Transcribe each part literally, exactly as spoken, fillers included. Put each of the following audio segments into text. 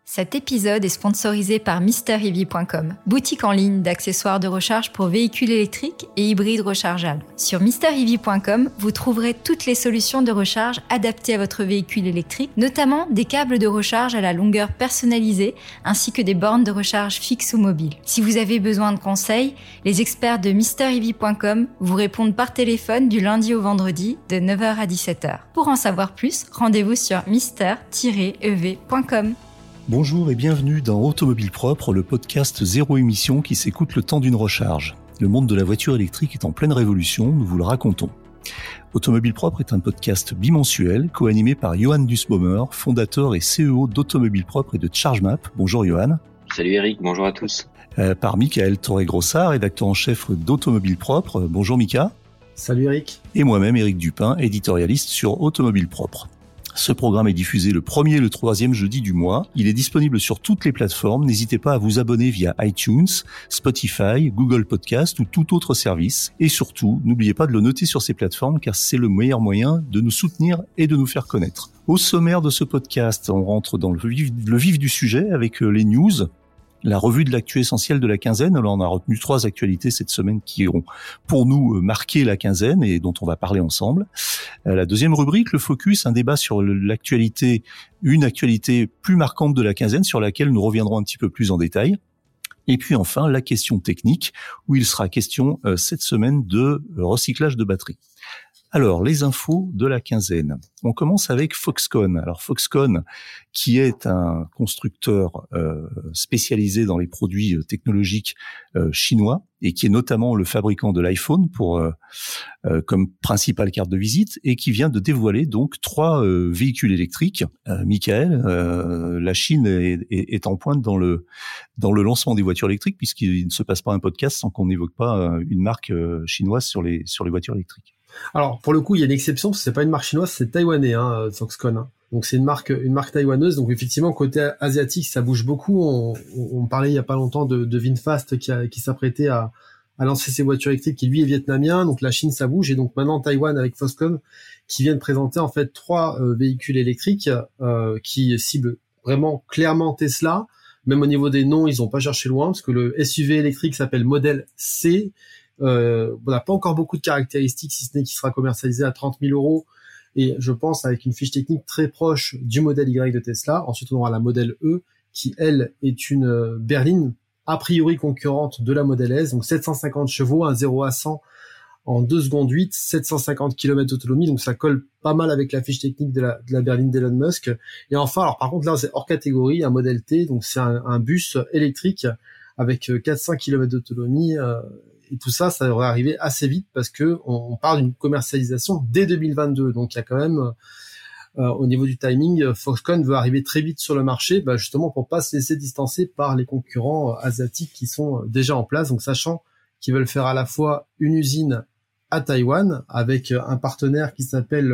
Cet épisode est sponsorisé par Mister E V point com, boutique en ligne d'accessoires de recharge pour véhicules électriques et hybrides rechargeables. Sur Mister E V point com, vous trouverez toutes les solutions de recharge adaptées à votre véhicule électrique, notamment des câbles de recharge à la longueur personnalisée, ainsi que des bornes de recharge fixes ou mobiles. Si vous avez besoin de conseils, les experts de Mister E V point com vous répondent par téléphone du lundi au vendredi de neuf heures à dix-sept heures. Pour en savoir plus, rendez-vous sur mister tiret e v point com. Bonjour et bienvenue dans Automobile Propre, le podcast zéro émission qui s'écoute le temps d'une recharge. Le monde de la voiture électrique est en pleine révolution, nous vous le racontons. Automobile Propre est un podcast bimensuel co-animé par Johan Dusbaumer, fondateur et C E O d'Automobile Propre et de ChargeMap. Bonjour Johan. Salut Eric, bonjour à tous. Euh, par Michael Torregrossa, rédacteur en chef d'Automobile Propre. Bonjour Mika. Salut Eric. Et moi-même Eric Dupin, éditorialiste sur Automobile Propre. Ce programme est diffusé le premier et le troisième jeudi du mois. Il est disponible sur toutes les plateformes. N'hésitez pas à vous abonner via iTunes, Spotify, Google Podcast ou tout autre service. Et surtout, n'oubliez pas de le noter sur ces plateformes car c'est le meilleur moyen de nous soutenir et de nous faire connaître. Au sommaire de ce podcast, on rentre dans le vif, le vif du sujet avec les news. La revue de l'actu essentielle de la quinzaine. Alors, on a retenu trois actualités cette semaine qui ont, pour nous, marqué la quinzaine et dont on va parler ensemble. La deuxième rubrique, le focus, un débat sur l'actualité, une actualité plus marquante de la quinzaine sur laquelle nous reviendrons un petit peu plus en détail. Et puis enfin, la question technique, où il sera question euh, cette semaine de recyclage de batteries. Alors, les infos de la quinzaine. On commence avec Foxconn. Alors, Foxconn, qui est un constructeur euh, spécialisé dans les produits euh, technologiques euh, chinois et qui est notamment le fabricant de l'iPhone pour euh, euh, comme principale carte de visite et qui vient de dévoiler donc trois euh, véhicules électriques. Euh, Michael, euh, la Chine est, est, est en pointe dans le dans le lancement des voitures électriques puisqu'il ne se passe pas un podcast sans qu'on n'évoque pas euh, une marque euh, chinoise sur les sur les voitures électriques. Alors pour le coup, il y a une exception, parce que c'est pas une marque chinoise, c'est taïwanais, hein, Foxconn. Hein. Donc c'est une marque, une marque taïwanaise. Donc effectivement, côté asiatique, ça bouge beaucoup. On, on, on parlait il y a pas longtemps de, de VinFast qui, a, qui s'apprêtait à, à lancer ses voitures électriques, qui lui est vietnamien. Donc la Chine, ça bouge, et donc maintenant Taïwan avec Foxconn, qui vient de présenter en fait trois euh, véhicules électriques euh, qui ciblent vraiment clairement Tesla. Même au niveau des noms, ils ont pas cherché loin, parce que le S U V électrique s'appelle Model C. Euh, on n'a pas encore beaucoup de caractéristiques, si ce n'est qu'il sera commercialisé à trente mille euros et je pense avec une fiche technique très proche du modèle Y de Tesla. Ensuite, on aura la Model E qui, elle, est une berline a priori concurrente de la Model S, donc sept cent cinquante chevaux, un zéro à cent en deux secondes huit, sept cent cinquante kilomètres d'autonomie, donc ça colle pas mal avec la fiche technique de la, de la berline d'Elon Musk. Et enfin, alors par contre là, c'est hors catégorie, un Model T, donc c'est un, un bus électrique avec quatre cents kilomètres d'autonomie. Euh, Et tout ça, ça devrait arriver assez vite parce que on, on parle d'une commercialisation dès deux mille vingt-deux. Donc, il y a quand même, euh, au niveau du timing, Foxconn veut arriver très vite sur le marché, bah, justement pour pas se laisser distancer par les concurrents euh, asiatiques qui sont déjà en place. Donc, sachant qu'ils veulent faire à la fois une usine à Taïwan avec un partenaire qui s'appelle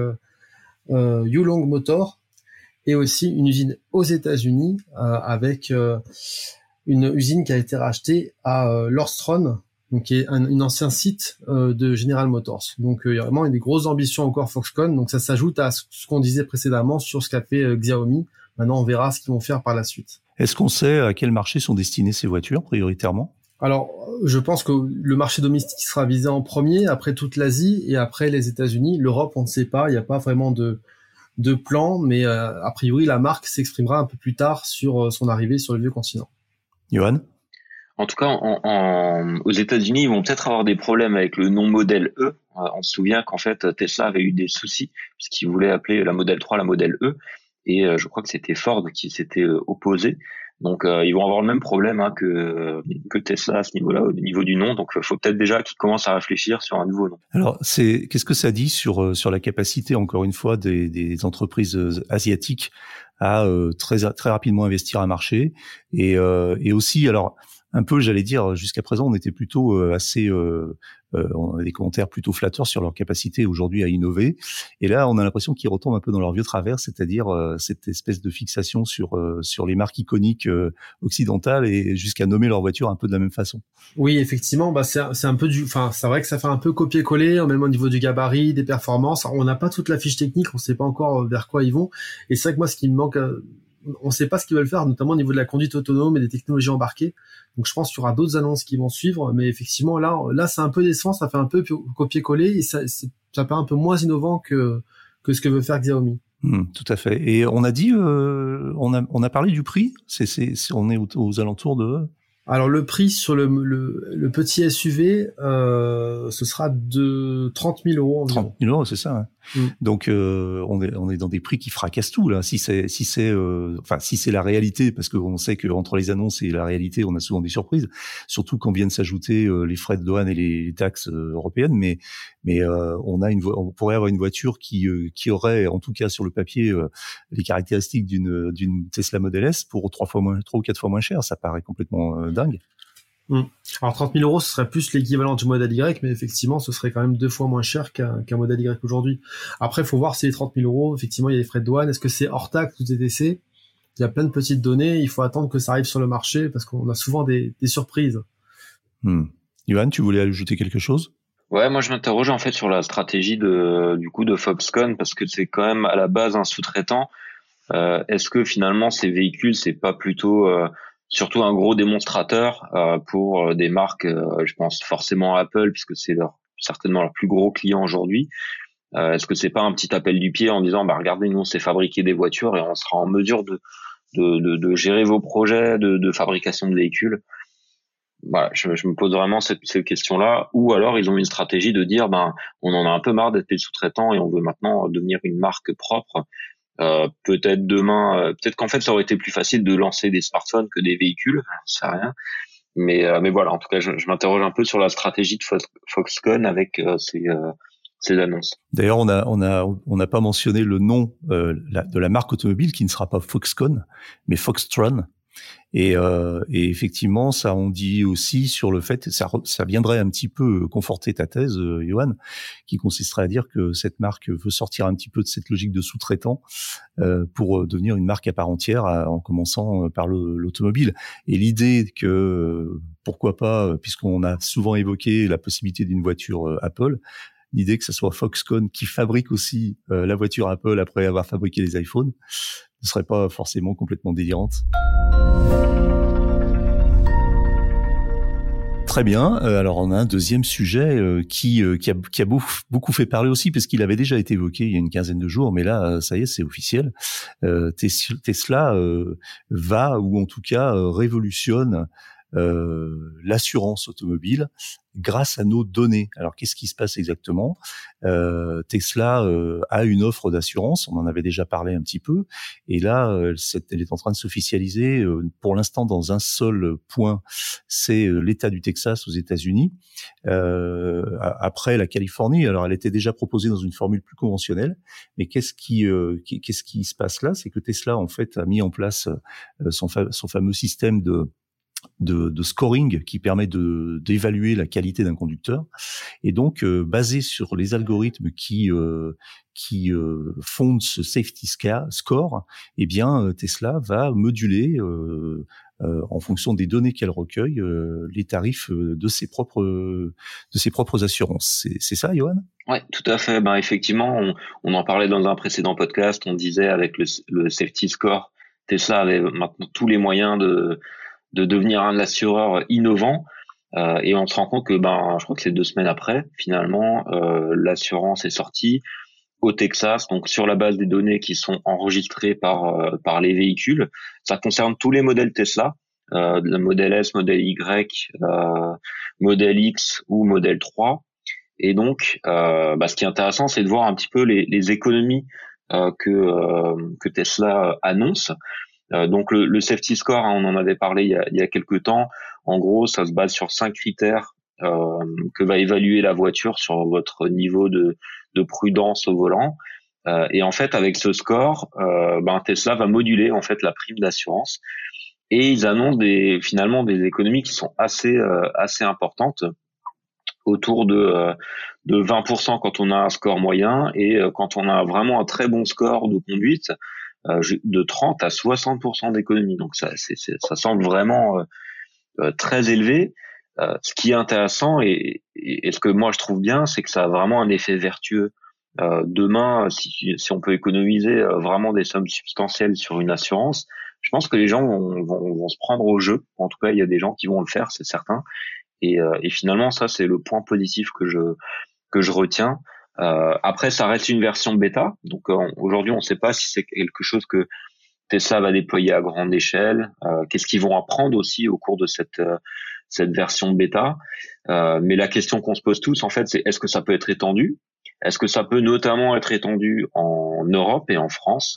euh, Yulong Motor et aussi une usine aux États-Unis euh, avec euh, une usine qui a été rachetée à euh, Lordstrom, donc qui est un, un ancien site euh, de General Motors. Donc euh, il y a vraiment des grosses ambitions encore Foxconn. Donc ça s'ajoute à ce qu'on disait précédemment sur ce qu'a fait euh, Xiaomi. Maintenant on verra ce qu'ils vont faire par la suite. Est-ce qu'on sait à quel marché sont destinées ces voitures prioritairement ? Alors je pense que le marché domestique sera visé en premier, après toute l'Asie et après les États-Unis. L'Europe on ne sait pas, il n'y a pas vraiment de de plan, mais euh, a priori la marque s'exprimera un peu plus tard sur euh, son arrivée sur le vieux continent. Johan ? En tout cas, en, en, aux États-Unis, ils vont peut-être avoir des problèmes avec le nom Model E. Euh, on se souvient qu'en fait, Tesla avait eu des soucis puisqu'ils voulaient appeler la Model trois la Model E, et euh, je crois que c'était Ford qui s'était euh, opposé. Donc, euh, ils vont avoir le même problème hein, que que Tesla à ce niveau-là, au niveau du nom. Donc, il faut peut-être déjà qu'ils commencent à réfléchir sur un nouveau nom. Alors, c'est qu'est-ce que ça dit sur sur la capacité, encore une fois, des, des entreprises asiatiques à euh, très très rapidement investir un marché et euh, et aussi alors. Un peu, j'allais dire, jusqu'à présent, on était plutôt euh, assez, euh, euh, on a des commentaires plutôt flatteurs sur leur capacité aujourd'hui à innover. Et là, on a l'impression qu'ils retombent un peu dans leur vieux travers, c'est-à-dire euh, cette espèce de fixation sur euh, sur les marques iconiques euh, occidentales et jusqu'à nommer leur voiture un peu de la même façon. Oui, effectivement, bah c'est c'est un peu du, enfin, c'est vrai que ça fait un peu copier-coller, même au niveau du gabarit, des performances. Alors, on n'a pas toute la fiche technique, on ne sait pas encore vers quoi ils vont. Et c'est vrai que moi, ce qui me manque on ne sait pas ce qu'ils veulent faire, notamment au niveau de la conduite autonome et des technologies embarquées. Donc, je pense qu'il y aura d'autres annonces qui vont suivre, mais effectivement, là, là, c'est un peu décevant, ça fait un peu copier-coller et ça, ça paraît un peu moins innovant que, que ce que veut faire Xiaomi. Mmh, tout à fait. Et on a dit, euh, on a, on a parlé du prix. C'est, c'est, c'est on est aux, aux alentours de. Alors le prix sur le, le, le petit S U V, euh, ce sera de trente mille euros environ. trente mille euros, c'est ça. Hein. Mm. Donc euh, on est on est dans des prix qui fracassent tout là. Si c'est si c'est euh, enfin si c'est la réalité, parce qu'on sait que entre les annonces et la réalité, on a souvent des surprises. Surtout quand viennent s'ajouter euh, les frais de douane et les, les taxes euh, européennes. Mais mais euh, on a une vo- on pourrait avoir une voiture qui euh, qui aurait en tout cas sur le papier euh, les caractéristiques d'une d'une Tesla Model S pour trois fois moins trois ou quatre fois moins cher. Ça paraît complètement euh, dingue. Mmh. Alors trente mille euros, ce serait plus l'équivalent du modèle Y, mais effectivement, ce serait quand même deux fois moins cher qu'un, qu'un modèle Y aujourd'hui. Après, il faut voir si les trente mille euros, effectivement, il y a les frais de douane. Est-ce que c'est hors taxe ou T T C? Il y a plein de petites données. Il faut attendre que ça arrive sur le marché parce qu'on a souvent des, des surprises. Mmh. Yoann, tu voulais ajouter quelque chose? Ouais, moi je m'interroge en fait sur la stratégie de du coup de Foxconn parce que c'est quand même à la base un sous-traitant. Euh, est-ce que finalement ces véhicules c'est pas plutôt euh, surtout un gros démonstrateur euh, pour des marques, euh, je pense forcément Apple puisque c'est leur certainement leur plus gros client aujourd'hui. Euh, est-ce que c'est pas un petit appel du pied en disant bah regardez nous on sait fabriquer des voitures et on sera en mesure de de de, de gérer vos projets de, de fabrication de véhicules. Voilà, je, je me pose vraiment cette, cette question-là. Ou alors ils ont une stratégie de dire ben on en a un peu marre d'être des sous-traitants et on veut maintenant devenir une marque propre. Euh, peut-être demain, euh, peut-être qu'en fait ça aurait été plus facile de lancer des smartphones que des véhicules, je sais rien. Mais euh, mais voilà, en tout cas, je, je m'interroge un peu sur la stratégie de Fox, Foxconn avec euh, ces euh, ces annonces. D'ailleurs, on a on a on n'a pas mentionné le nom euh, la, de la marque automobile qui ne sera pas Foxconn, mais Foxtron. Et, euh, et effectivement, ça on dit aussi sur le fait, ça, ça viendrait un petit peu conforter ta thèse, euh, Johan, qui consisterait à dire que cette marque veut sortir un petit peu de cette logique de sous-traitant euh, pour devenir une marque à part entière, à, en commençant par le, l'automobile. Et l'idée que, euh, pourquoi pas, puisqu'on a souvent évoqué la possibilité d'une voiture euh, Apple, l'idée que ce soit Foxconn qui fabrique aussi euh, la voiture Apple après avoir fabriqué les iPhones ne serait pas forcément complètement délirante. Très bien. Euh, alors on a un deuxième sujet euh, qui euh, qui a qui a beaucoup, beaucoup fait parler aussi parce qu'il avait déjà été évoqué il y a une quinzaine de jours, mais là ça y est, c'est officiel. Euh, Tesla euh, va ou en tout cas euh, révolutionne Euh, l'assurance automobile grâce à nos données. Alors, qu'est-ce qui se passe exactement ? euh, Tesla euh, a une offre d'assurance, on en avait déjà parlé un petit peu, et là, euh, elle est en train de s'officialiser, euh, pour l'instant dans un seul point, c'est euh, l'État du Texas aux États-Unis. Euh, après la Californie, alors elle était déjà proposée dans une formule plus conventionnelle, mais qu'est-ce qui, euh, qu'est-ce qui se passe là ? C'est que Tesla, en fait, a mis en place euh, son, fa- son fameux système de De, de scoring qui permet de d'évaluer la qualité d'un conducteur, et donc euh, basé sur les algorithmes qui euh, qui euh, fondent ce safety score, eh bien Tesla va moduler euh, euh, en fonction des données qu'elle recueille euh, les tarifs de ses propres de ses propres assurances. C'est, c'est ça, Johan ? Ouais, tout à fait. Ben effectivement, on, on en parlait dans un précédent podcast. On disait avec le, le safety score, Tesla avait maintenant tous les moyens de de devenir un assureur innovant, euh, et on se rend compte que ben je crois que c'est deux semaines après finalement euh, l'assurance est sortie au Texas, donc sur la base des données qui sont enregistrées par euh, par les véhicules. Ça concerne tous les modèles Tesla, euh, le modèle S, modèle Y, euh, modèle X ou modèle trois. Et donc euh, bah, ce qui est intéressant, c'est de voir un petit peu les, les économies euh, que euh, que Tesla annonce. Euh, donc le, le safety score, hein, on en avait parlé il y a, il y a quelques temps. En gros, ça se base sur cinq critères euh, que va évaluer la voiture sur votre niveau de, de prudence au volant. Euh, et en fait, avec ce score, euh, ben Tesla va moduler en fait la prime d'assurance. Et ils annoncent des, finalement des économies qui sont assez euh, assez importantes, autour de euh, de vingt pour cent quand on a un score moyen, et euh, quand on a vraiment un très bon score de conduite, de trente à soixante pour cent d'économie. Donc ça, c'est, c'est, ça semble vraiment euh, très élevé. Euh, ce qui est intéressant et, et, et ce que moi je trouve bien, c'est que ça a vraiment un effet vertueux. Euh, demain, si, si on peut économiser euh, vraiment des sommes substantielles sur une assurance, je pense que les gens vont, vont, vont se prendre au jeu. En tout cas, il y a des gens qui vont le faire, c'est certain. Et, euh, et finalement, ça, c'est le point positif que je que je retiens. Euh, après, ça reste une version bêta. Donc euh, aujourd'hui, on ne sait pas si c'est quelque chose que Tesla va déployer à grande échelle. Euh, qu'est-ce qu'ils vont apprendre aussi au cours de cette euh, cette version bêta. Euh, mais la question qu'on se pose tous, en fait, c'est est-ce que ça peut être étendu? Est-ce que ça peut notamment être étendu en Europe et en France?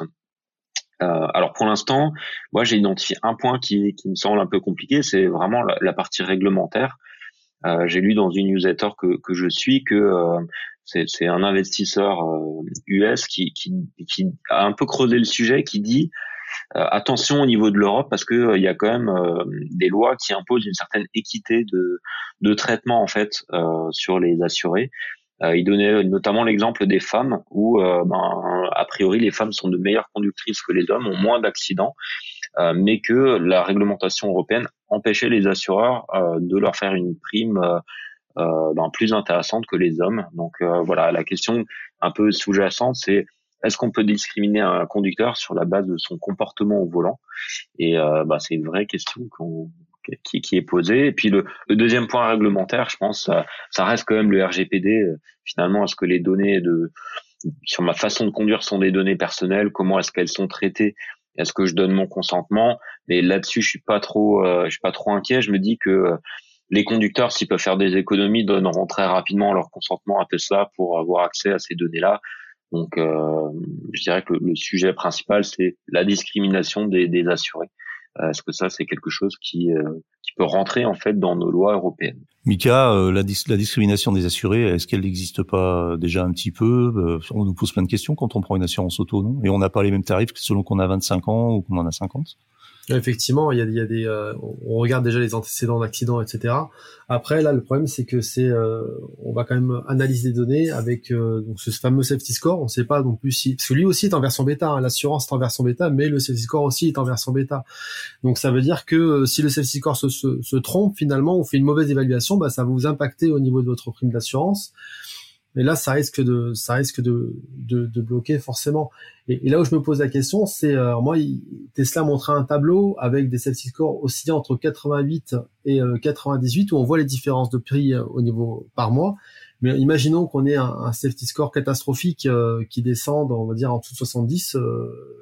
Euh, alors pour l'instant, moi j'ai identifié un point qui, qui me semble un peu compliqué, c'est vraiment la, la partie réglementaire. Euh, j'ai lu dans une newsletter que, que je suis que euh, c'est, c'est un investisseur euh, U S qui, qui, qui a un peu creusé le sujet, qui dit euh, attention au niveau de l'Europe parce que euh, il y a quand même euh, des lois qui imposent une certaine équité de, de traitement en fait euh, sur les assurés. Euh, il donnait notamment l'exemple des femmes où, euh, ben, a priori, les femmes sont de meilleures conductrices que les hommes, ont moins d'accidents, euh, mais que la réglementation européenne empêchait les assureurs euh, de leur faire une prime euh, euh, ben, plus intéressante que les hommes. Donc euh, voilà, la question un peu sous-jacente, c'est est-ce qu'on peut discriminer un conducteur sur la base de son comportement au volant? Et euh, ben, c'est une vraie question qu'on Qui, qui est posé. Et puis le, le deuxième point réglementaire, je pense, ça, ça reste quand même le R G P D. Finalement, est-ce que les données de sur ma façon de conduire sont des données personnelles? Comment est-ce qu'elles sont traitées? Est-ce que je donne mon consentement? Mais là-dessus, je suis pas trop, euh, je suis pas trop inquiet. Je me dis que euh, les conducteurs, s'ils peuvent faire des économies, donneront très rapidement leur consentement à Tesla pour avoir accès à ces données-là. Donc, euh, je dirais que le, le sujet principal, c'est la discrimination des, des assurés. Est-ce que ça, c'est quelque chose qui, euh, qui peut rentrer en fait dans nos lois européennes? Mika, euh, la, dis- la discrimination des assurés, est-ce qu'elle n'existe pas déjà un petit peu? euh, On nous pose plein de questions quand on prend une assurance auto, non? Et on n'a pas les mêmes tarifs selon qu'on a vingt-cinq ans ou qu'on en a cinquante? Effectivement, il y a, il y a des, euh, on regarde déjà les antécédents d'accidents, et cetera. Après, là, le problème, c'est que c'est, euh, on va quand même analyser les données avec euh, donc ce fameux safety score. On ne sait pas non plus si, parce que lui aussi est en version bêta. Hein, l'assurance est en version bêta, mais le safety score aussi est en version bêta. Donc, ça veut dire que euh, si le safety score se, se, se trompe finalement ou fait une mauvaise évaluation, bah, ça va vous impacter au niveau de votre prime d'assurance. Et là, ça risque de, ça risque de, de, de bloquer forcément. Et, et là où je me pose la question, c'est, euh, moi, il, Tesla montrait un tableau avec des safety scores oscillant entre quatre-vingt-huit et euh, quatre-vingt-dix-huit, où on voit les différences de prix euh, au niveau par mois. Mais imaginons qu'on ait un, un safety score catastrophique euh, qui descende, on va dire, en dessous de soixante-dix. Euh,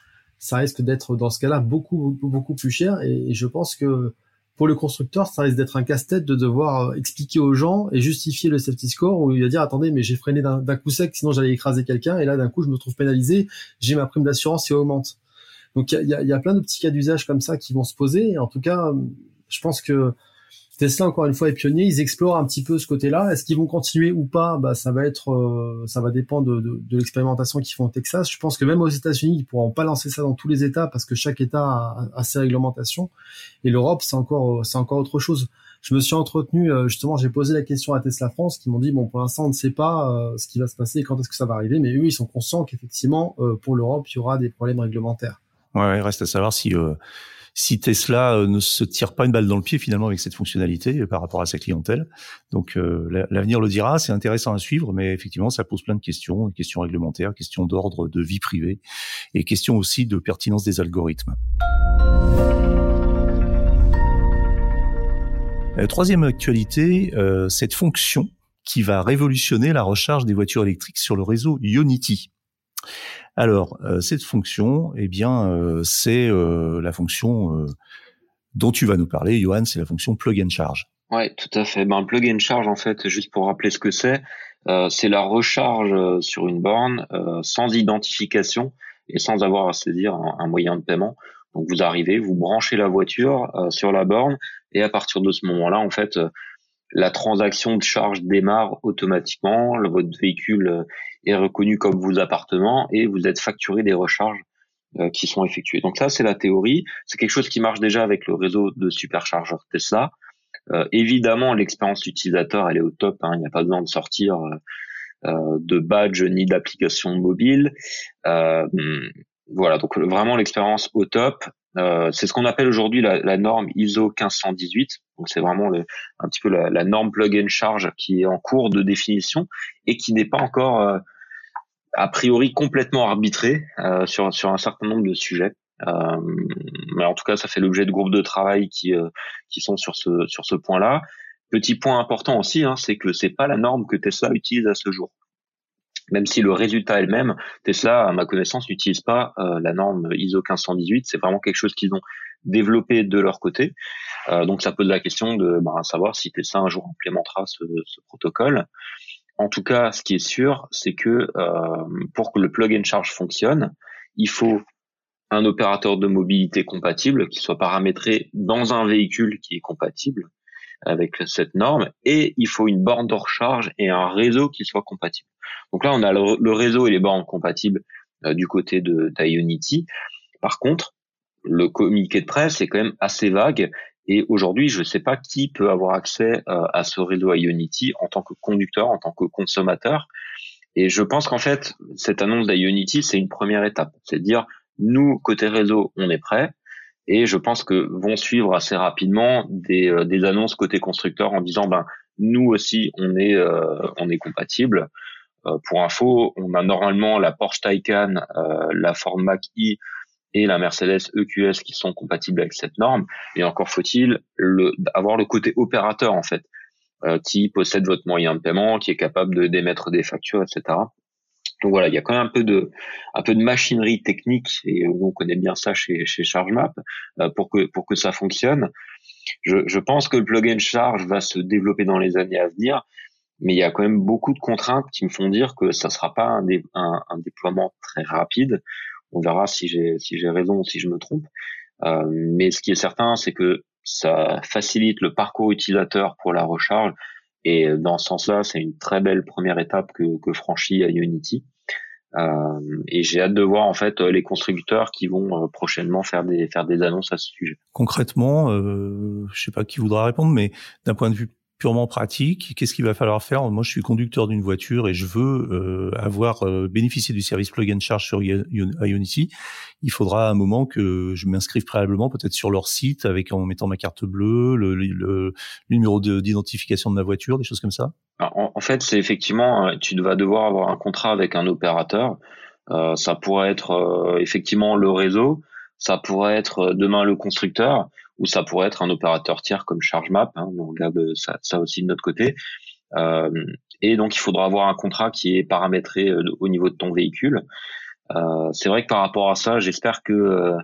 ça risque d'être, dans ce cas-là, beaucoup, beaucoup, beaucoup plus cher. Et, et je pense que pour le constructeur, ça risque d'être un casse-tête de devoir expliquer aux gens et justifier le safety score où il va dire attendez mais j'ai freiné d'un, d'un coup sec sinon j'allais écraser quelqu'un et là d'un coup je me trouve pénalisé, j'ai ma prime d'assurance qui augmente. Donc il y a, y a plein de petits cas d'usage comme ça qui vont se poser. Et en tout cas, je pense que Tesla encore une fois est pionnier, ils explorent un petit peu ce côté-là. Est-ce qu'ils vont continuer ou pas? Bah ça va être, euh, ça va dépendre de, de, de l'expérimentation qu'ils font au Texas. Je pense que même aux États-Unis, ils pourront pas lancer ça dans tous les États parce que chaque État a, a ses réglementations. Et l'Europe, c'est encore, c'est encore autre chose. Je me suis entretenu, justement, j'ai posé la question à Tesla France, qui m'ont dit bon, pour l'instant, on ne sait pas euh, ce qui va se passer et quand est-ce que ça va arriver, mais eux, ils sont conscients qu'effectivement, euh, pour l'Europe, il y aura des problèmes réglementaires. Ouais, il reste à savoir si euh, si Tesla euh, ne se tire pas une balle dans le pied finalement avec cette fonctionnalité euh, par rapport à sa clientèle. Donc euh, l'avenir le dira, c'est intéressant à suivre, mais effectivement ça pose plein de questions, des questions réglementaires, questions d'ordre de vie privée et questions aussi de pertinence des algorithmes. Euh, troisième actualité, euh, cette fonction qui va révolutionner la recharge des voitures électriques sur le réseau Ionity. Alors, euh, cette fonction, eh bien, euh, c'est euh, la fonction euh, dont tu vas nous parler, Johan, c'est la fonction plug and charge. Ouais, tout à fait. Ben, plug and charge, en fait, juste pour rappeler ce que c'est, euh, c'est la recharge sur une borne euh, sans identification et sans avoir à saisir un, un moyen de paiement. Donc, vous arrivez, vous branchez la voiture euh, sur la borne et à partir de ce moment-là, en fait, euh, la transaction de charge démarre automatiquement, le, votre véhicule euh, est reconnu comme vos appartements et vous êtes facturé des recharges euh, qui sont effectuées. Donc ça, c'est la théorie. C'est quelque chose qui marche déjà avec le réseau de superchargeurs Tesla. Euh, évidemment, l'expérience utilisateur, elle est au top. Hein. Il n'y a pas besoin de sortir euh, euh, de badge ni d'application mobile. Euh, voilà, donc vraiment l'expérience au top. Euh, c'est ce qu'on appelle aujourd'hui la, la norme I S O quinze cent dix-huit. Donc c'est vraiment le, un petit peu la, la norme plug and charge qui est en cours de définition et qui n'est pas encore euh, a priori complètement arbitrée euh, sur sur un certain nombre de sujets. Euh, mais en tout cas, ça fait l'objet de groupes de travail qui euh, qui sont sur ce sur ce point-là. Petit point important aussi, hein, c'est que c'est pas la norme que Tesla utilise à ce jour. Même si le résultat est le même, Tesla, à ma connaissance, n'utilise pas euh, la norme I S O quinze cent dix-huit. C'est vraiment quelque chose qu'ils ont développé de leur côté. Euh, donc, ça pose la question de bah, savoir si Tesla un jour implémentera ce, ce protocole. En tout cas, ce qui est sûr, c'est que euh, pour que le plug and charge fonctionne, il faut un opérateur de mobilité compatible qui soit paramétré dans un véhicule qui est compatible avec cette norme, et il faut une borne de recharge et un réseau qui soit compatible. Donc là, on a le, le réseau et les bornes compatibles euh, du côté de d'Ionity. Par contre, le communiqué de presse est quand même assez vague, et aujourd'hui, je ne sais pas qui peut avoir accès euh, à ce réseau Ionity en tant que conducteur, en tant que consommateur. Et je pense qu'en fait, cette annonce d'Ionity, c'est une première étape. C'est de dire, nous, côté réseau, on est prêt. Et je pense que vont suivre assez rapidement des, euh, des annonces côté constructeur en disant, ben, nous aussi, on est, euh, on est compatible. Euh, pour info, on a normalement la Porsche Taycan, euh, la Ford Mach-E et la Mercedes E Q S qui sont compatibles avec cette norme. Et encore faut-il le, avoir le côté opérateur, en fait, euh, qui possède votre moyen de paiement, qui est capable de d'émettre des factures, et cetera. Donc voilà, il y a quand même un peu de un peu de machinerie technique, et on connaît bien ça chez chez ChargeMap, euh, pour que pour que ça fonctionne. Je, je pense que le plug and charge va se développer dans les années à venir, mais il y a quand même beaucoup de contraintes qui me font dire que ça sera pas un, dé, un, un déploiement très rapide. On verra si j'ai si j'ai raison ou si je me trompe. Euh, mais ce qui est certain, c'est que ça facilite le parcours utilisateur pour la recharge. Et dans ce sens-là, c'est une très belle première étape que, que franchit Ionity. Euh, et j'ai hâte de voir en fait les constructeurs qui vont euh, prochainement faire des faire des annonces à ce sujet. Concrètement, euh, je sais pas qui voudra répondre, mais d'un point de vue purement pratique, qu'est-ce qu'il va falloir faire ? Moi, je suis conducteur d'une voiture et je veux euh, avoir euh, bénéficié du service plug and charge sur Ionity. Il faudra un moment que je m'inscrive préalablement, peut-être sur leur site, avec en mettant ma carte bleue, le, le, le numéro de, d'identification de ma voiture, des choses comme ça. En, en fait, c'est effectivement, tu vas devoir avoir un contrat avec un opérateur. Euh, ça pourrait être euh, effectivement le réseau, ça pourrait être demain le constructeur, ou ça pourrait être un opérateur tiers comme ChargeMap, hein, on regarde ça, ça aussi de notre côté. Euh, et donc, il faudra avoir un contrat qui est paramétré euh, au niveau de ton véhicule. Euh, c'est vrai que par rapport à ça, j'espère que euh,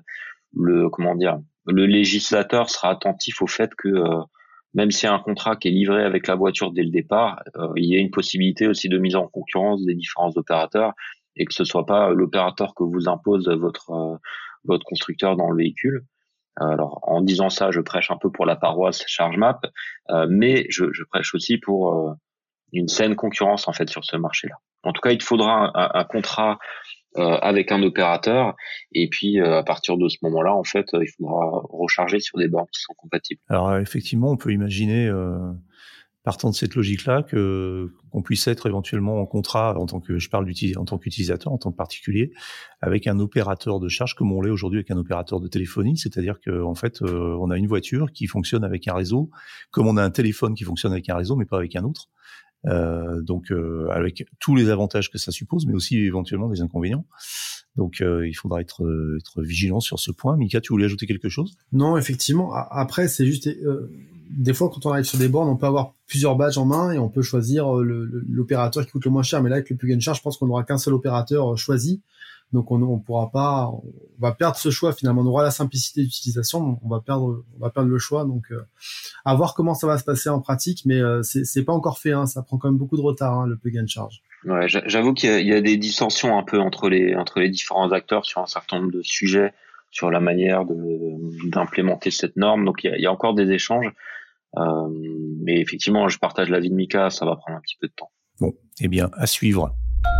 le comment dire, le législateur sera attentif au fait que euh, même s'il y a un contrat qui est livré avec la voiture dès le départ, euh, il y a une possibilité aussi de mise en concurrence des différents opérateurs, et que ce soit pas l'opérateur que vous impose votre euh, votre constructeur dans le véhicule. Alors, en disant ça, je prêche un peu pour la paroisse ChargeMap, euh, mais je, je prêche aussi pour euh, une saine concurrence en fait sur ce marché-là. En tout cas, il te faudra un, un contrat euh, avec un opérateur, et puis euh, à partir de ce moment-là, en fait, il faudra recharger sur des bornes qui sont compatibles. Alors effectivement, on peut imaginer, euh, partant de cette logique-là, que qu'on puisse être éventuellement en contrat en tant que, je parle en tant qu'utilisateur, en tant que particulier, avec un opérateur de charge comme on l'est aujourd'hui avec un opérateur de téléphonie, c'est-à-dire que en fait, euh, on a une voiture qui fonctionne avec un réseau, comme on a un téléphone qui fonctionne avec un réseau, mais pas avec un autre. Euh, donc euh, avec tous les avantages que ça suppose, mais aussi éventuellement des inconvénients. Donc euh, il faudra être être vigilant sur ce point. Mika, tu voulais ajouter quelque chose ? Non, effectivement. Après, c'est juste euh, des fois quand on arrive sur des bornes, on peut avoir plusieurs badges en main et on peut choisir le, le, l'opérateur qui coûte le moins cher. Mais là, avec le plug and charge, je pense qu'on n'aura qu'un seul opérateur choisi. Donc on on pourra pas, on va perdre ce choix finalement. On aura la simplicité d'utilisation, on va perdre, on va perdre le choix. Donc euh, à voir comment ça va se passer en pratique, mais euh, c'est c'est pas encore fait. Hein, ça prend quand même beaucoup de retard, hein, le plug and charge. Ouais, j'avoue qu'il y a, il y a des dissensions un peu entre les entre les différents acteurs sur un certain nombre de sujets, sur la manière de d'implémenter cette norme. Donc il y a, il y a encore des échanges, euh, mais effectivement, je partage l'avis de Mika, ça va prendre un petit peu de temps. Bon, eh bien, à suivre.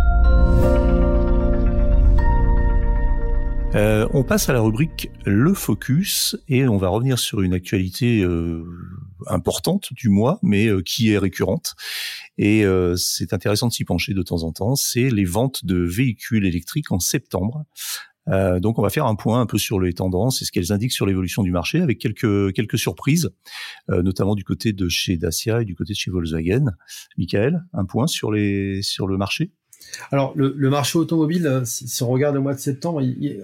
Euh, on passe à la rubrique Le Focus et on va revenir sur une actualité euh, importante du mois, mais euh, qui est récurrente. Et euh, c'est intéressant de s'y pencher de temps en temps. C'est les ventes de véhicules électriques en septembre. Euh, donc on va faire un point un peu sur les tendances et ce qu'elles indiquent sur l'évolution du marché, avec quelques quelques surprises, euh, notamment du côté de chez Dacia et du côté de chez Volkswagen. Michael, un point sur les sur le marché. Alors le, le marché automobile, si, si on regarde le mois de septembre, il, il,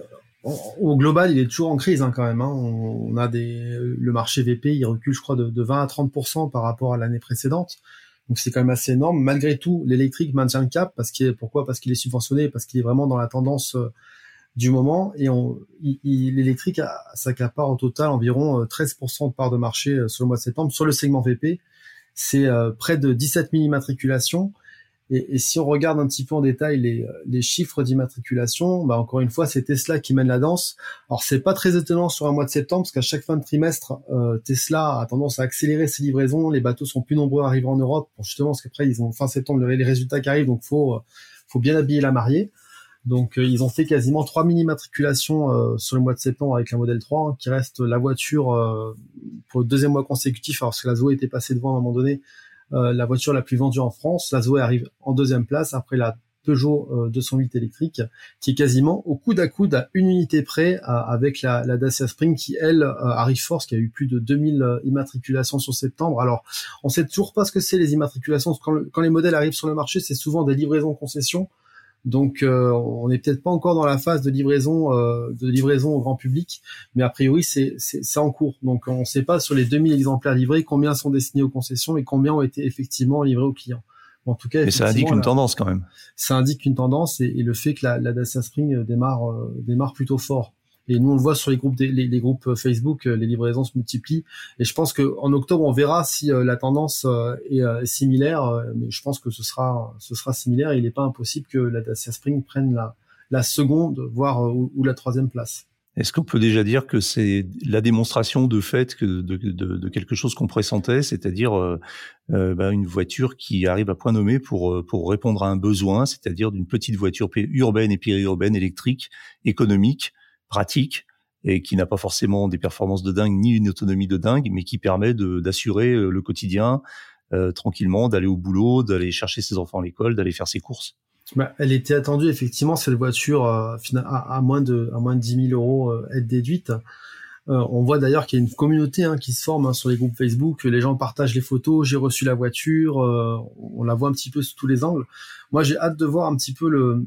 au global, il est toujours en crise hein, quand même. Hein. On, on a des, le marché V P, il recule, je crois, de, de vingt à trente pour cent par rapport à l'année précédente. Donc c'est quand même assez énorme. Malgré tout, l'électrique maintient le cap parce qu'il est, pourquoi Parce qu'il est subventionné, parce qu'il est vraiment dans la tendance euh, du moment. Et on, il, il, l'électrique a, s'accapare au total environ treize pour cent de part de marché euh, sur le mois de septembre. Sur le segment V P, c'est euh, près de dix-sept mille immatriculations. Et, et si on regarde un petit peu en détail les, les chiffres d'immatriculation, bah encore une fois, c'est Tesla qui mène la danse. Alors c'est pas très étonnant sur un mois de septembre, parce qu'à chaque fin de trimestre, euh, Tesla a tendance à accélérer ses livraisons. Les bateaux sont plus nombreux à arriver en Europe, pour justement parce qu'après ils ont fin septembre les résultats qui arrivent, donc faut faut bien habiller la mariée. Donc euh, ils ont fait quasiment trois mille immatriculations euh, sur le mois de septembre avec la Model trois, hein, qui reste la voiture euh, pour le deuxième mois consécutif, alors que la Zoé était passée devant à un moment donné. Euh, la voiture la plus vendue en France. La Zoé arrive en deuxième place après la Peugeot euh, deux cent huit électrique, qui est quasiment au coude à coude à une unité près euh, avec la, la Dacia Spring qui, elle, euh, arrive force, qui a eu plus de deux mille euh, immatriculations sur septembre. Alors, on sait toujours pas ce que c'est les immatriculations. Quand, le, quand les modèles arrivent sur le marché, c'est souvent des livraisons concessions. Donc, euh, on n'est peut-être pas encore dans la phase de livraison, euh, de livraison au grand public, mais a priori, c'est, c'est, c'est en cours. Donc, on ne sait pas sur les deux mille exemplaires livrés combien sont destinés aux concessions et combien ont été effectivement livrés aux clients. En tout cas, mais ça indique une là, tendance quand même. Ça indique une tendance et, et le fait que la, la Dacia Spring démarre, euh, démarre plutôt fort. Et nous, on le voit sur les groupes, des, les, les groupes Facebook, les livraisons se multiplient. Et je pense que en octobre, on verra si euh, la tendance euh, est, euh, est similaire. Euh, mais je pense que ce sera, ce sera similaire. Il n'est pas impossible que la Dacia Spring prenne la, la seconde, voire euh, ou, ou la troisième place. Est-ce qu'on peut déjà dire que c'est la démonstration de fait que de, de, de quelque chose qu'on pressentait, c'est-à-dire euh, euh, bah, une voiture qui arrive à point nommé pour pour répondre à un besoin, c'est-à-dire d'une petite voiture urbaine et périurbaine électrique, économique, pratique, et qui n'a pas forcément des performances de dingue ni une autonomie de dingue, mais qui permet de, d'assurer le quotidien euh, tranquillement, d'aller au boulot, d'aller chercher ses enfants à l'école, d'aller faire ses courses. Bah, elle était attendue effectivement, cette voiture euh, à, à moins de à moins de dix mille euros euh, être déduite. Euh, on voit d'ailleurs qu'il y a une communauté hein, qui se forme hein, sur les groupes Facebook. Les gens partagent les photos. J'ai reçu la voiture. Euh, on la voit un petit peu sous tous les angles. Moi, j'ai hâte de voir un petit peu le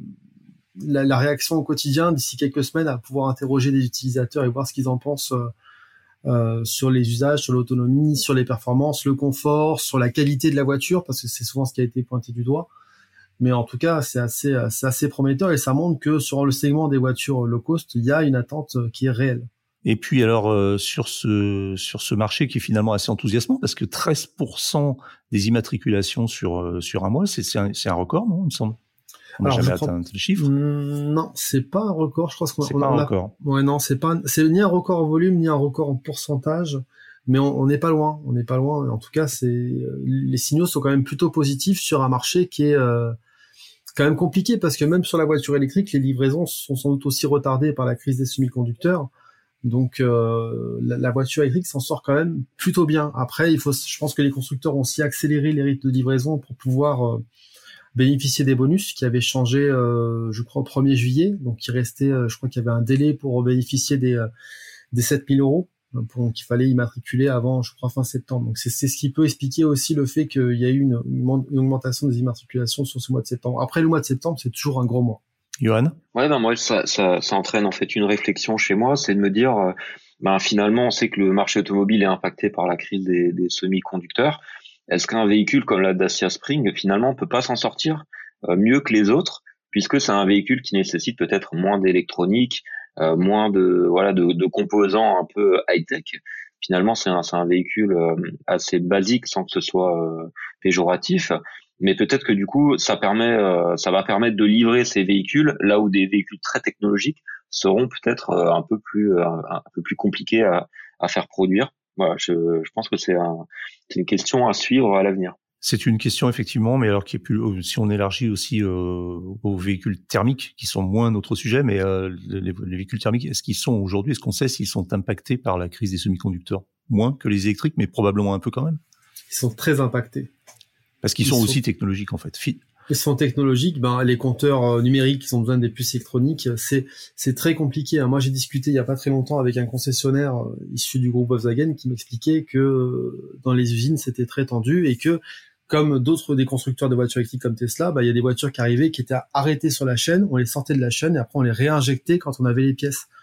La, la réaction au quotidien d'ici quelques semaines, à pouvoir interroger des utilisateurs et voir ce qu'ils en pensent euh, euh, sur les usages, sur l'autonomie, sur les performances, le confort, sur la qualité de la voiture, parce que c'est souvent ce qui a été pointé du doigt. Mais en tout cas, c'est assez, c'est assez prometteur et ça montre que sur le segment des voitures low cost, il y a une attente qui est réelle. Et puis alors euh, sur ce sur ce marché qui est finalement assez enthousiasmant parce que treize pour cent des immatriculations sur euh, sur un mois, c'est c'est un, c'est un record, non, il me semble. On n'a jamais atteint le chiffre. Mmh, non, c'est pas un record. Je crois qu'on c'est on, pas on un a, record. Ouais, non, c'est pas. C'est ni un record en volume ni un record en pourcentage, mais on n'est pas loin. On n'est pas loin. En tout cas, c'est les signaux sont quand même plutôt positifs sur un marché qui est euh, quand même compliqué parce que même sur la voiture électrique, les livraisons sont sans doute aussi retardées par la crise des semi-conducteurs. Donc euh, la, la voiture électrique s'en sort quand même plutôt bien. Après, il faut, je pense que les constructeurs ont aussi accéléré les rythmes de livraison pour pouvoir euh, bénéficier des bonus qui avaient changé, euh, je crois, au premier juillet. Donc, il restait, euh, je crois qu'il y avait un délai pour bénéficier des, euh, des sept mille euros. Donc, il fallait immatriculer avant, je crois, fin septembre. Donc, c'est, c'est ce qui peut expliquer aussi le fait qu'il y a eu une, une augmentation des immatriculations sur ce mois de septembre. Après, le mois de septembre, c'est toujours un gros mois. Johan ? Ouais, ben moi, ça, ça, ça entraîne en fait une réflexion chez moi, c'est de me dire, euh, ben finalement, on sait que le marché automobile est impacté par la crise des, des semi-conducteurs. Est-ce qu'un véhicule comme la Dacia Spring, finalement, peut pas s'en sortir euh, mieux que les autres, puisque c'est un véhicule qui nécessite peut-être moins d'électronique, euh, moins de voilà de, de composants un peu high-tech. Finalement, c'est un, c'est un véhicule euh, assez basique, sans que ce soit euh, péjoratif. Mais peut-être que du coup, ça permet, euh, ça va permettre de livrer ces véhicules là où des véhicules très technologiques seront peut-être euh, un peu plus, euh, un peu plus compliqués à, à faire produire. Voilà, je, je pense que c'est, un, c'est une question à suivre à l'avenir. C'est une question effectivement, mais alors qui est plus, si on élargit aussi euh, aux véhicules thermiques, qui sont moins notre sujet, mais euh, les, les véhicules thermiques, est-ce qu'ils sont aujourd'hui, est-ce qu'on sait s'ils sont impactés par la crise des semi-conducteurs ? Moins que les électriques, mais probablement un peu quand même. Ils sont très impactés. Parce qu'ils sont, sont aussi technologiques en fait. Ils sont technologiques. Ben les compteurs euh, numériques, ils ont besoin des puces électroniques. C'est c'est très compliqué. Hein. Moi, j'ai discuté il y a pas très longtemps avec un concessionnaire euh, issu du groupe Volkswagen qui m'expliquait que euh, dans les usines c'était très tendu et que comme d'autres des constructeurs de voitures électriques comme Tesla, ben il y a des voitures qui arrivaient qui étaient arrêtées sur la chaîne. On les sortait de la chaîne et après on les réinjectait quand on avait les pièces.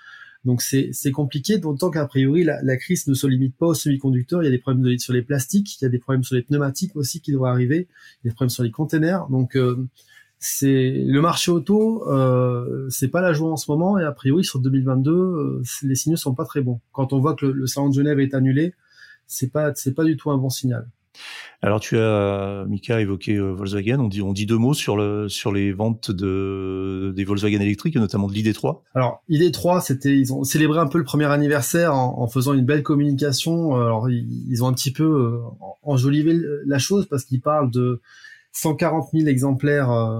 Donc c'est c'est compliqué, d'autant qu'a priori la, la crise ne se limite pas aux semi-conducteurs. Il y a des problèmes de, sur les plastiques, il y a des problèmes sur les pneumatiques aussi qui devraient arriver, il y a des problèmes sur les containers. Donc euh, c'est le marché auto, euh, c'est pas la joie en ce moment, et a priori sur deux mille vingt-deux, euh, les signaux sont pas très bons. Quand on voit que le, le salon de Genève est annulé, c'est pas c'est pas du tout un bon signal. Alors tu as, Mika, évoqué euh, Volkswagen. On dit on dit deux mots sur le sur les ventes de des Volkswagen électriques, et notamment de l'I D trois. Alors I D trois, c'était ils ont célébré un peu le premier anniversaire en, en faisant une belle communication. Alors ils, ils ont un petit peu euh, enjolivé la chose parce qu'ils parlent de cent quarante mille exemplaires. Euh,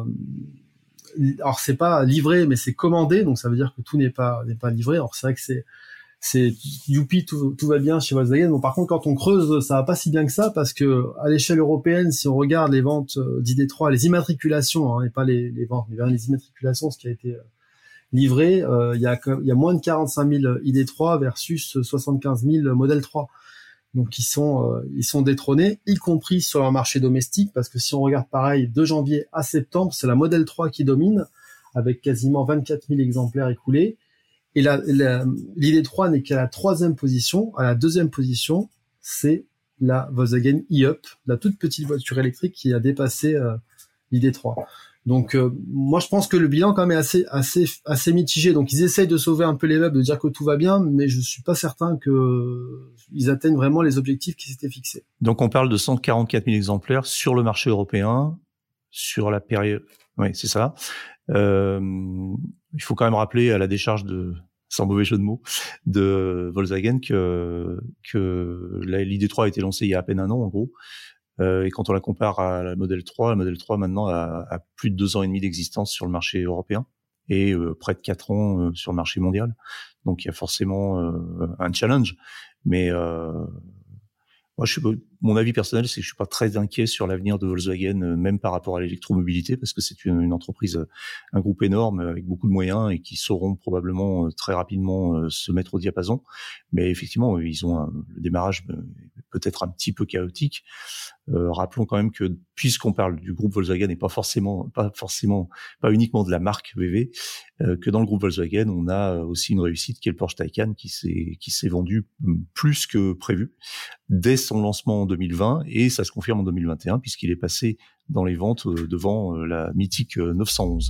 alors c'est pas livré, mais c'est commandé, donc ça veut dire que tout n'est pas n'est pas livré. Alors c'est vrai que c'est c'est youpi, tout, tout va bien chez Volkswagen. Bon, par contre, quand on creuse, ça va pas si bien que ça, parce que à l'échelle européenne, si on regarde les ventes d'I D trois, les immatriculations, hein, et pas les, les ventes, mais bien les immatriculations, ce qui a été euh, livré, euh, il y a il y a moins de quarante-cinq mille I D trois versus soixante-quinze mille Model trois. Donc ils sont euh, ils sont détrônés, y compris sur leur marché domestique, parce que si on regarde pareil, de janvier à septembre, c'est la Model trois qui domine, avec quasiment vingt-quatre mille exemplaires écoulés. Et la, la, l'I D trois n'est qu'à la troisième position. À la deuxième position, c'est la Volkswagen e-Up, la toute petite voiture électrique qui a dépassé euh, l'I D trois. Donc, euh, moi, je pense que le bilan quand même est assez, assez, assez mitigé. Donc, ils essayent de sauver un peu les meubles, de dire que tout va bien, mais je suis pas certain que ils atteignent vraiment les objectifs qui s'étaient fixés. Donc, on parle de cent quarante-quatre mille exemplaires sur le marché européen sur la période. Oui, c'est ça. Euh, il faut quand même rappeler à la décharge de, sans mauvais jeu de mots, de Volkswagen que que l'I D trois a été lancée il y a à peine un an en gros, euh, et quand on la compare à la Model trois, la Model trois maintenant a, a plus de deux ans et demi d'existence sur le marché européen et euh, près de quatre ans euh, sur le marché mondial. Donc il y a forcément euh, un challenge, mais euh, moi, je suis, mon avis personnel, c'est que je suis pas très inquiet sur l'avenir de Volkswagen, même par rapport à l'électromobilité, parce que c'est une, une entreprise, un groupe énorme avec beaucoup de moyens et qui sauront probablement très rapidement se mettre au diapason. Mais effectivement, ils ont un, le démarrage peut-être un petit peu chaotique. Euh, rappelons quand même que puisqu'on parle du groupe Volkswagen et pas forcément, pas forcément, pas uniquement de la marque V W, euh, que dans le groupe Volkswagen, on a aussi une réussite qui est le Porsche Taycan qui s'est qui s'est vendu plus que prévu dès son lancement en deux mille vingt, et ça se confirme en deux mille vingt et un puisqu'il est passé dans les ventes devant la mythique neuf cent onze.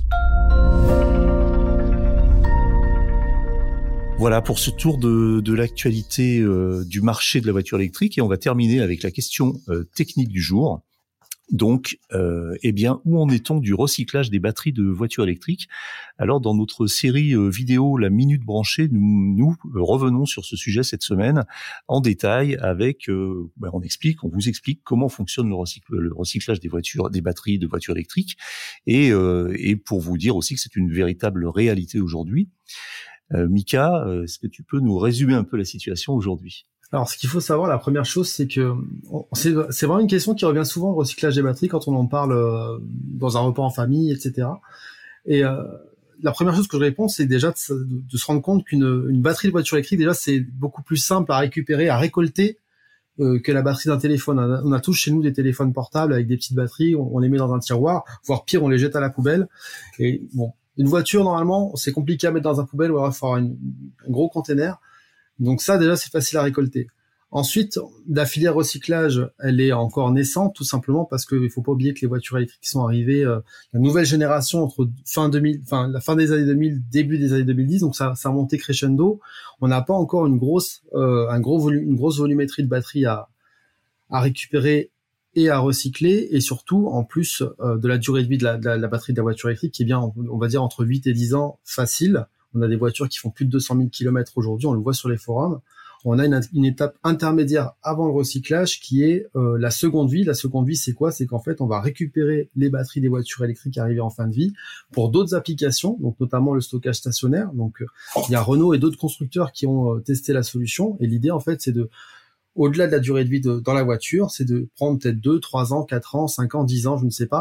Voilà pour ce tour de, de l'actualité euh, du marché de la voiture électrique, et on va terminer avec la question euh, technique du jour. Donc, euh, eh bien, où en est-on du recyclage des batteries de voitures électriques ? Alors, dans notre série euh, vidéo La Minute Branchée, nous, nous euh, revenons sur ce sujet cette semaine en détail avec, euh, ben, on explique, on vous explique comment fonctionne le, recycle, le recyclage des voitures, des batteries de voitures électriques, et, euh, et pour vous dire aussi que c'est une véritable réalité aujourd'hui. Euh, Mika, euh, est-ce que tu peux nous résumer un peu la situation aujourd'hui ? Alors, ce qu'il faut savoir, la première chose, c'est que c'est, c'est vraiment une question qui revient souvent, le recyclage des batteries, quand on en parle euh, dans un repas en famille, et cetera. Et euh, la première chose que je réponds, c'est déjà de, de se rendre compte qu'une une batterie de voiture électrique, déjà, c'est beaucoup plus simple à récupérer, à récolter euh, que la batterie d'un téléphone. On a, on a tous chez nous des téléphones portables avec des petites batteries, on, on les met dans un tiroir, voire pire, on les jette à la poubelle. Et bon, une voiture, normalement, c'est compliqué à mettre dans un poubelle, ou alors il faut avoir une, un gros container. Donc ça, déjà, c'est facile à récolter. Ensuite, la filière recyclage, elle est encore naissante, tout simplement parce que il faut pas oublier que les voitures électriques sont arrivées, euh, la nouvelle génération entre fin deux mille, enfin la fin des années deux mille, début des années deux mille dix, donc ça, ça a monté crescendo. On n'a pas encore une grosse, euh, un gros volume, une grosse volumétrie de batterie à, à récupérer et à recycler, et surtout, en plus euh, de la durée de vie de la, de, la, de la batterie de la voiture électrique, qui est bien, on va dire, entre huit et dix ans facile. On a des voitures qui font plus de deux cent mille kilomètres aujourd'hui, on le voit sur les forums. On a une, une étape intermédiaire avant le recyclage qui est euh, la seconde vie. La seconde vie, c'est quoi ? C'est qu'en fait, on va récupérer les batteries des voitures électriques arrivées en fin de vie pour d'autres applications, donc notamment le stockage stationnaire. Donc, euh, il y a Renault et d'autres constructeurs qui ont euh, testé la solution. Et l'idée, en fait, c'est de, au-delà de la durée de vie de, dans la voiture, c'est de prendre peut-être deux, trois ans, quatre ans, cinq ans, dix ans, je ne sais pas,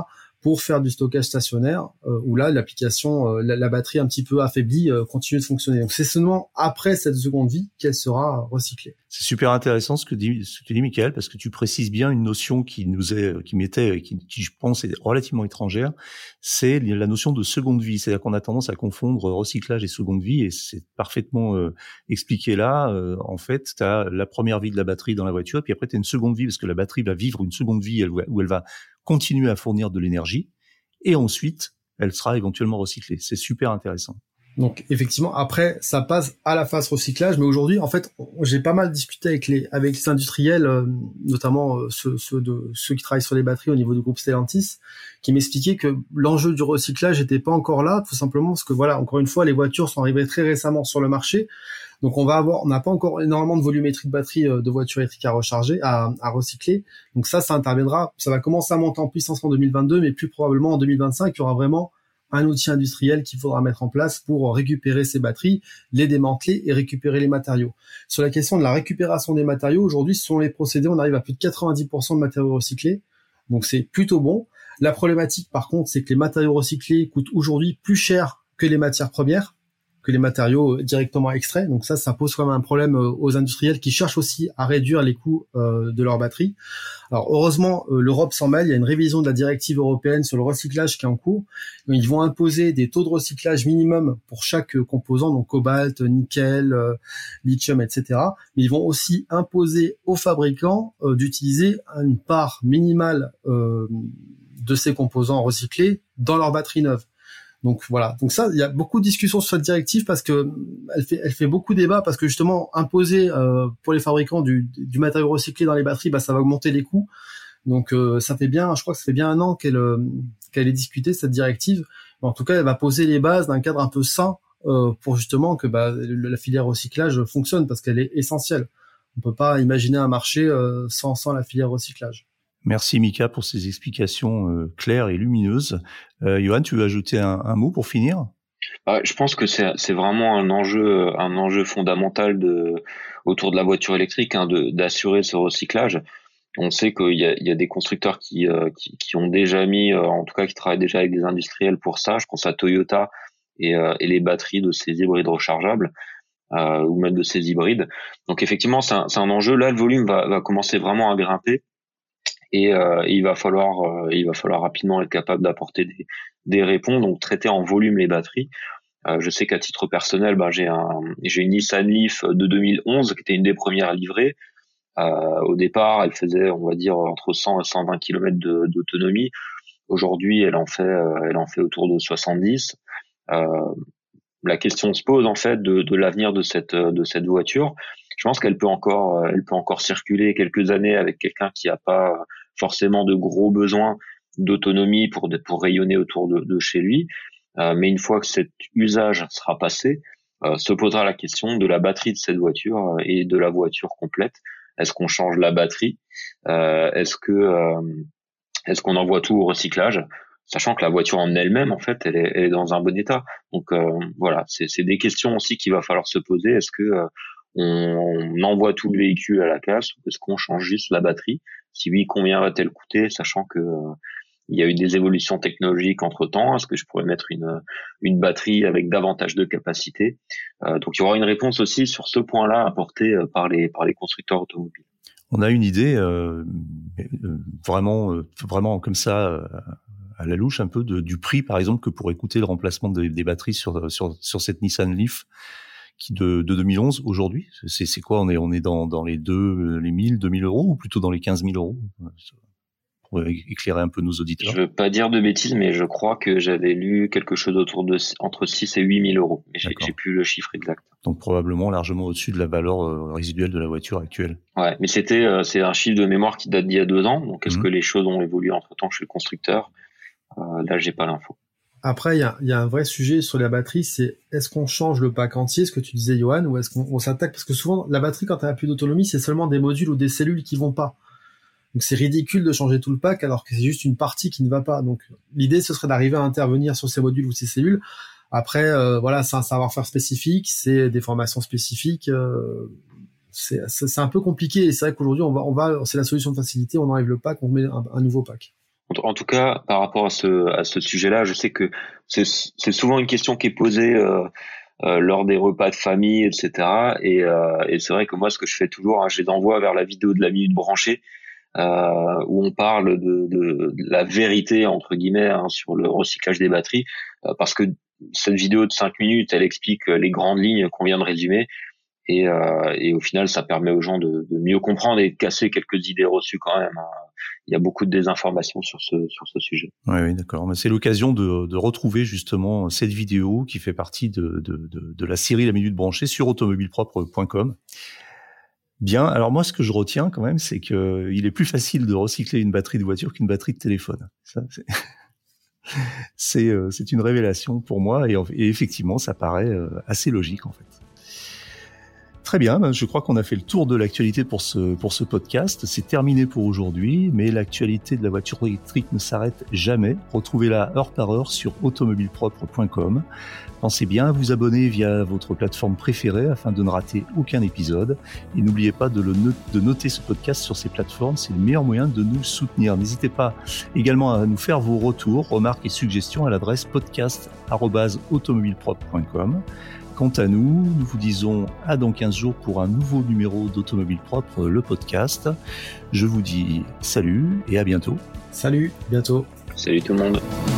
pour faire du stockage stationnaire, euh, où là, l'application, euh, la, la batterie un petit peu affaiblie euh, continue de fonctionner. Donc, c'est seulement après cette seconde vie qu'elle sera recyclée. C'est super intéressant ce que dit, ce que tu dis, Michael, parce que tu précises bien une notion qui nous est, qui m'était, qui, qui je pense est relativement étrangère. C'est la notion de seconde vie. C'est-à-dire qu'on a tendance à confondre recyclage et seconde vie, et c'est parfaitement euh, expliqué là. Euh, en fait, tu as la première vie de la batterie dans la voiture, puis après tu as une seconde vie, parce que la batterie va vivre une seconde vie elle, où elle va continuer à fournir de l'énergie, et ensuite, elle sera éventuellement recyclée. C'est super intéressant. Donc effectivement, après, ça passe à la phase recyclage, mais aujourd'hui, en fait, j'ai pas mal discuté avec les avec les industriels, euh, notamment euh, ceux, ceux de ceux qui travaillent sur les batteries au niveau du groupe Stellantis, qui m'expliquaient que l'enjeu du recyclage n'était pas encore là, tout simplement parce que voilà, encore une fois, les voitures sont arrivées très récemment sur le marché. Donc on va avoir, on n'a pas encore énormément de volumétrie de batterie de voitures électriques à recharger, à, à recycler. Donc ça, ça interviendra, ça va commencer à monter en puissance en deux mille vingt-deux, mais plus probablement en deux mille vingt-cinq, il y aura vraiment un outil industriel qu'il faudra mettre en place pour récupérer ces batteries, les démanteler et récupérer les matériaux. Sur la question de la récupération des matériaux, aujourd'hui, selon les procédés, on arrive à plus de quatre-vingt-dix pour cent de matériaux recyclés. Donc c'est plutôt bon. La problématique, par contre, c'est que les matériaux recyclés coûtent aujourd'hui plus cher que les matières premières, que les matériaux directement extraits. Donc ça, ça pose quand même un problème aux industriels qui cherchent aussi à réduire les coûts euh, de leurs batteries. Alors heureusement, euh, l'Europe s'en mêle. Il y a une révision de la directive européenne sur le recyclage qui est en cours. Ils vont imposer des taux de recyclage minimum pour chaque composant, donc cobalt, nickel, euh, lithium, et cetera. Mais ils vont aussi imposer aux fabricants euh, d'utiliser une part minimale euh, de ces composants recyclés dans leurs batteries neuves. Donc voilà. Donc ça, il y a beaucoup de discussions sur cette directive parce que elle fait, elle fait beaucoup débat parce que justement imposer euh, pour les fabricants du, du matériau recyclé dans les batteries, bah ça va augmenter les coûts. Donc euh, ça fait bien, je crois que ça fait bien un an qu'elle euh, qu'elle est discutée cette directive. Mais en tout cas, elle va poser les bases d'un cadre un peu sain euh, pour justement que bah le, la filière recyclage fonctionne parce qu'elle est essentielle. On peut pas imaginer un marché euh, sans sans la filière recyclage. Merci Mika pour ces explications euh, claires et lumineuses. Euh, Johan, tu veux ajouter un, un mot pour finir ? Euh, je pense que c'est, c'est vraiment un enjeu, un enjeu fondamental de, autour de la voiture électrique, hein, de, d'assurer ce recyclage. On sait qu'il y a, il y a des constructeurs qui, euh, qui, qui ont déjà mis, euh, en tout cas qui travaillent déjà avec des industriels pour ça. Je pense à Toyota et, euh, et les batteries de ces hybrides rechargeables. Euh, ou même de ces hybrides. Donc effectivement, c'est un, c'est un enjeu. Là, le volume va, va commencer vraiment à grimper. Et, euh, et il va falloir euh, il va falloir rapidement être capable d'apporter des, des réponses, donc traiter en volume les batteries. Euh, je sais qu'à titre personnel, ben j'ai un j'ai une Nissan Leaf de deux mille onze qui était une des premières livrées. Euh, au départ, elle faisait, on va dire, entre cent et cent vingt kilomètres de, d'autonomie. Aujourd'hui, elle en fait elle en fait autour de soixante-dix. Euh, la question se pose en fait de, de l'avenir de cette de cette voiture. Je pense qu'elle peut encore, elle peut encore circuler quelques années avec quelqu'un qui n'a pas forcément de gros besoins d'autonomie pour pour rayonner autour de, de chez lui. Euh, mais une fois que cet usage sera passé, euh, se posera la question de la batterie de cette voiture et de la voiture complète. Est-ce qu'on change la batterie ? euh, Est-ce que euh, est-ce qu'on envoie tout au recyclage ? Sachant que la voiture en elle-même, en fait, elle est, elle est dans un bon état. Donc euh, voilà, c'est, c'est des questions aussi qu'il va falloir se poser. Est-ce que euh, on envoie tout le véhicule à la casse ou est-ce qu'on change juste la batterie ? Si oui, combien va-t-elle coûter, sachant que euh, il y a eu des évolutions technologiques entre-temps. Est-ce que je pourrais mettre une une batterie avec davantage de capacité ? euh, Donc il y aura une réponse aussi sur ce point-là apportée par les par les constructeurs automobiles. On a une idée euh, vraiment euh, vraiment comme ça euh, à la louche un peu de, du prix par exemple que pourrait coûter le remplacement des, des batteries sur sur sur cette Nissan Leaf qui de, de deux mille onze aujourd'hui. C'est, c'est quoi ? On est, on est dans, dans les deux, les mille, deux mille euros ou plutôt dans les quinze mille euros pour éclairer un peu nos auditeurs. Je veux pas dire de bêtises, mais je crois que j'avais lu quelque chose autour de, entre six et huit mille euros. Mais j'ai, j'ai plus le chiffre exact. Donc probablement largement au-dessus de la valeur euh, résiduelle de la voiture actuelle. Ouais, mais c'était, euh, c'est un chiffre de mémoire qui date d'il y a deux ans. Donc est-ce mmh. que les choses ont évolué entre temps chez le constructeur ? euh, Là, j'ai pas l'info. Après, il y a, y a un vrai sujet sur la batterie, c'est est-ce qu'on change le pack entier, ce que tu disais, Johan, ou est-ce qu'on on s'attaque ? Parce que souvent, la batterie, quand elle a plus d'autonomie, c'est seulement des modules ou des cellules qui vont pas. Donc c'est ridicule de changer tout le pack alors que c'est juste une partie qui ne va pas. Donc l'idée, ce serait d'arriver à intervenir sur ces modules ou ces cellules. Après, euh, voilà, c'est un savoir-faire spécifique, c'est des formations spécifiques. Euh, c'est, c'est, c'est un peu compliqué. Et c'est vrai qu'aujourd'hui, on va, on va, c'est la solution de facilité. On enlève le pack, on met un, un nouveau pack. En en tout cas, par rapport à ce, à ce sujet-là, je sais que c'est, c'est souvent une question qui est posée euh, euh, lors des repas de famille, et cetera. Et, euh, et c'est vrai que moi, ce que je fais toujours, hein, je les envoie vers la vidéo de la minute branchée, euh, où on parle de, de, de la vérité, entre guillemets, hein, sur le recyclage des batteries, euh, parce que cette vidéo de cinq minutes, elle explique les grandes lignes qu'on vient de résumer. Et, euh, et au final, ça permet aux gens de, de mieux comprendre et de casser quelques idées reçues quand même. Il y a beaucoup de désinformation sur ce sur ce sujet. Oui, oui, d'accord. C'est l'occasion de, de retrouver justement cette vidéo qui fait partie de, de, de, de la série La Minute Branchée sur automobile propre point com. Bien. Alors moi, ce que je retiens quand même, c'est que il est plus facile de recycler une batterie de voiture qu'une batterie de téléphone. Ça, c'est... c'est, euh, c'est une révélation pour moi et, et effectivement, ça paraît euh, assez logique en fait. Très bien, je crois qu'on a fait le tour de l'actualité pour ce, pour ce podcast. C'est terminé pour aujourd'hui, mais l'actualité de la voiture électrique ne s'arrête jamais. Retrouvez-la heure par heure sur automobile propre point com. Pensez bien à vous abonner via votre plateforme préférée afin de ne rater aucun épisode. Et n'oubliez pas de, le no- de noter ce podcast sur ces plateformes, c'est le meilleur moyen de nous soutenir. N'hésitez pas également à nous faire vos retours, remarques et suggestions à l'adresse podcast arobase automobile propre point com. Quant à nous, nous vous disons à dans quinze jours pour un nouveau numéro d'Automobile Propre, le podcast. Je vous dis salut et à bientôt. Salut, bientôt. Salut tout le monde.